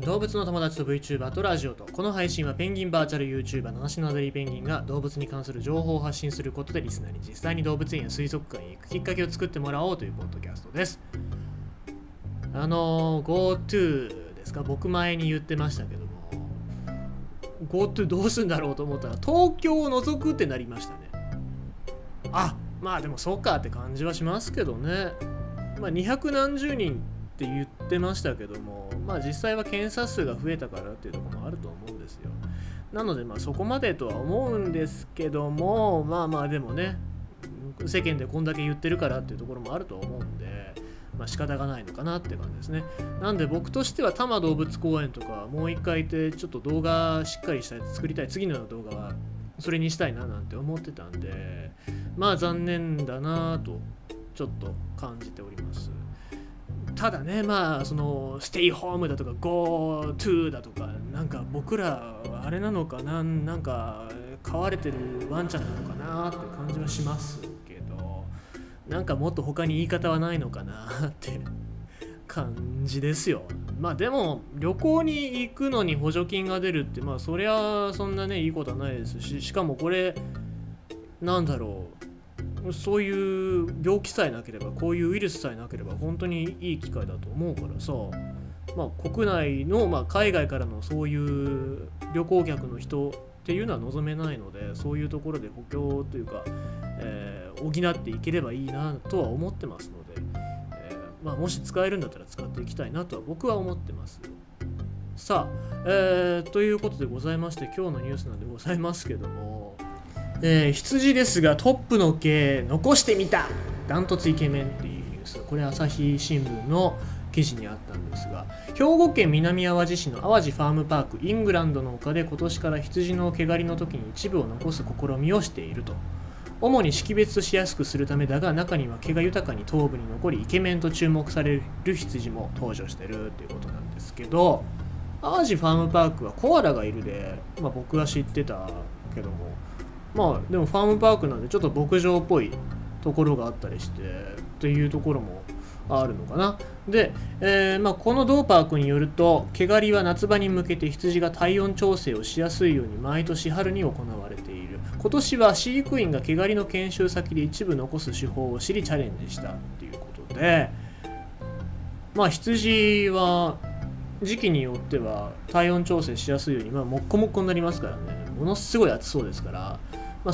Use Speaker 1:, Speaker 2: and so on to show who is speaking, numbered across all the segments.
Speaker 1: 動物の友達と VTuber とラジオと、この配信はペンギンバーチャル YouTuber 七種のアデリペンギンが動物に関する情報を発信することでリスナーに実際に動物園や水族館へ行くきっかけを作ってもらおうというポッドキャストです。GoTo ですか、僕前に言ってましたけども GoTo どうすんだろうと思ったら東京を除くってなりましたね。まあでもそうかって感じはしますけどね。200何十人って言ってましたけども、実際は検査数が増えたからっていうところもあると思うんですよ。なのでそこまでとは思うんですけども、でもね、世間でこんだけ言ってるからっていうところもあると思うんで、仕方がないのかなって感じですね。なんで僕としては多摩動物公園とかもう一回行ってちょっと動画しっかりしたやつ作りたい、次の動画はそれにしたいななんて思ってたんで、残念だなとちょっと感じております。ただね、そのステイホームだとか GoTo だとか、なんか僕らあれなのかな、なんか飼われてるワンちゃんなのかなって感じはしますけど、なんかもっと他に言い方はないのかなって感じですよ。でも旅行に行くのに補助金が出るって、そりゃそんなねいいことはないですし、しかもこれなんだろう、そういう病気さえなければ、こういうウイルスさえなければ本当にいい機会だと思うからさ、国内の、海外からのそういう旅行客の人っていうのは望めないので、そういうところで補強というか、補っていければいいなとは思ってますので、もし使えるんだったら使っていきたいなとは僕は思ってます。さあ、ということでございまして、今日のニュースなんでございますけども、羊ですがトップの毛残してみた、ダントツイケメンっていうニュース、これ朝日新聞の記事にあったんですが、兵庫県南あわじ市の淡路ファームパークイングランドの丘で今年から羊の毛刈りの時に一部を残す試みをしていると。主に識別しやすくするためだが、中には毛が豊かに頭部に残りイケメンと注目される羊も登場してるっていうことなんですけど、淡路ファームパークはコアラがいるで、僕は知ってたけども、でもファームパークなんでちょっと牧場っぽいところがあったりしてっていうところもあるのかな。で、この同パークによると、毛刈りは夏場に向けて羊が体温調整をしやすいように毎年春に行われている。今年は飼育員が毛刈りの研修先で一部残す手法を知りチャレンジしたっていうことで、羊は時期によっては体温調整しやすいように、もっこもっこになりますからね、ものすごい暑そうですから、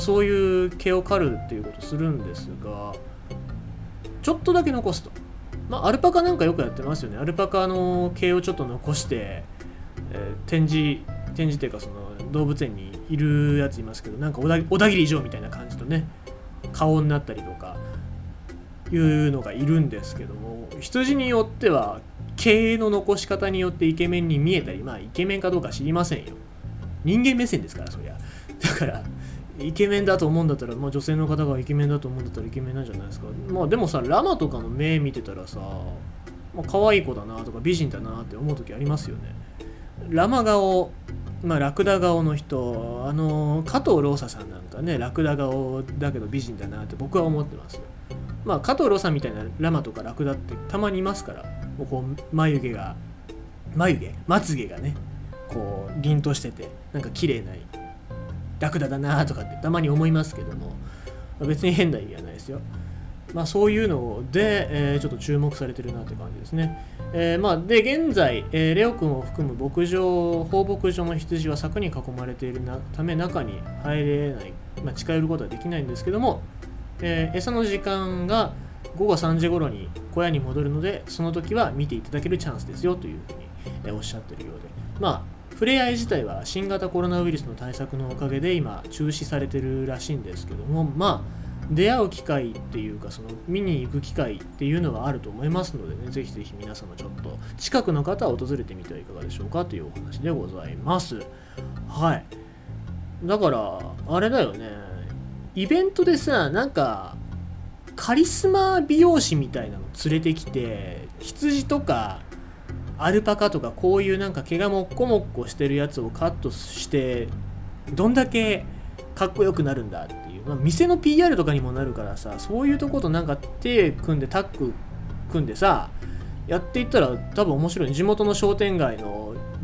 Speaker 1: そういう毛を刈るっていうことをするんですが、ちょっとだけ残すと。アルパカなんかよくやってますよね。アルパカの毛をちょっと残して、展示っていうか、その動物園にいるやついますけど、なんか小田切城みたいな感じのね顔になったりとかいうのがいるんですけども、羊によっては毛の残し方によってイケメンに見えたり、イケメンかどうか知りませんよ。人間目線ですから、そりゃ。だからイケメンだと思うんだったら、女性の方がイケメンだと思うんだったらイケメンなんじゃないですか。でもさ、ラマとかの目見てたらさ、可愛い子だなとか美人だなって思う時ありますよね。ラマ顔、ラクダ顔の人、加藤ローサさんなんかね、ラクダ顔だけど美人だなって僕は思ってますよ。加藤ローサみたいなラマとかラクダってたまにいますから、こうまつげがねこう凛としてて、なんか綺麗なラクダだなとかってたまに思いますけども、別に変な意味はないですよ。そういうので、ちょっと注目されてるなって感じですね。で現在、レオ君を含む放牧場の羊は柵に囲まれているため中に入れない、近寄ることはできないんですけども、餌の時間が午後3時頃に小屋に戻るので、その時は見ていただけるチャンスですよというふうに、おっしゃってるようで、触れ合い自体は新型コロナウイルスの対策のおかげで今中止されてるらしいんですけども、出会う機会っていうか、その見に行く機会っていうのはあると思いますのでね、ぜひぜひ皆様ちょっと近くの方は訪れてみてはいかがでしょうかというお話でございます。はい。だからあれだよね、イベントでさ、なんかカリスマ美容師みたいなの連れてきて、羊とかアルパカとかこういうなんか毛がもっこもっこしてるやつをカットしてどんだけかっこよくなるんだっていう、店の PR とかにもなるからさ、そういうとことなんか手組んでタッグ組んでさやっていったら多分面白い。地元の商店街の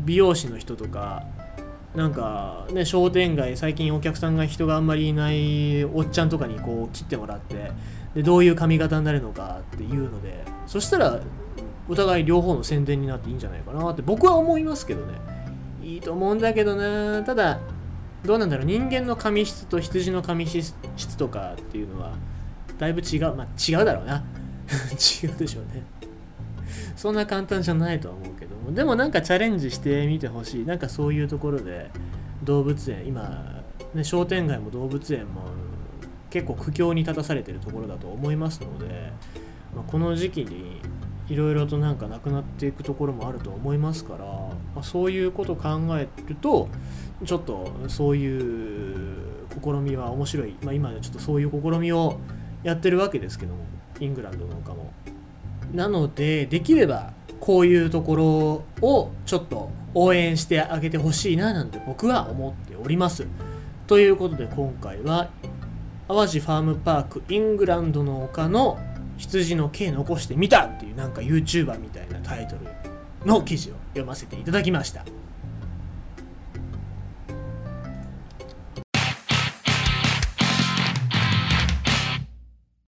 Speaker 1: 美容師の人とかなんかね、商店街最近お客さんが人があんまりいないおっちゃんとかにこう切ってもらって、でどういう髪型になるのかっていうので、そしたらお互い両方の宣伝になっていいんじゃないかなって僕は思いますけどね。いいと思うんだけどな。ただどうなんだろう、人間の髪質と羊の髪質とかっていうのはだいぶ違う。まあ違うだろうな違うでしょうね。そんな簡単じゃないとは思うけども、でもなんかチャレンジしてみてほしい。なんかそういうところで動物園、今ね、商店街も動物園も結構苦境に立たされてるところだと思いますので、この時期にいろいろとなんかなくなっていくところもあると思いますから、そういうことを考えるとちょっとそういう試みは面白い。今ちょっとそういう試みをやってるわけですけども、イングランドの丘も。なのでできればこういうところをちょっと応援してあげてほしいななんて僕は思っております。ということで今回は淡路ファームパークイングランドの丘の羊の毛残してみたっていうなんか YouTuber みたいなタイトルの記事を読ませていただきました。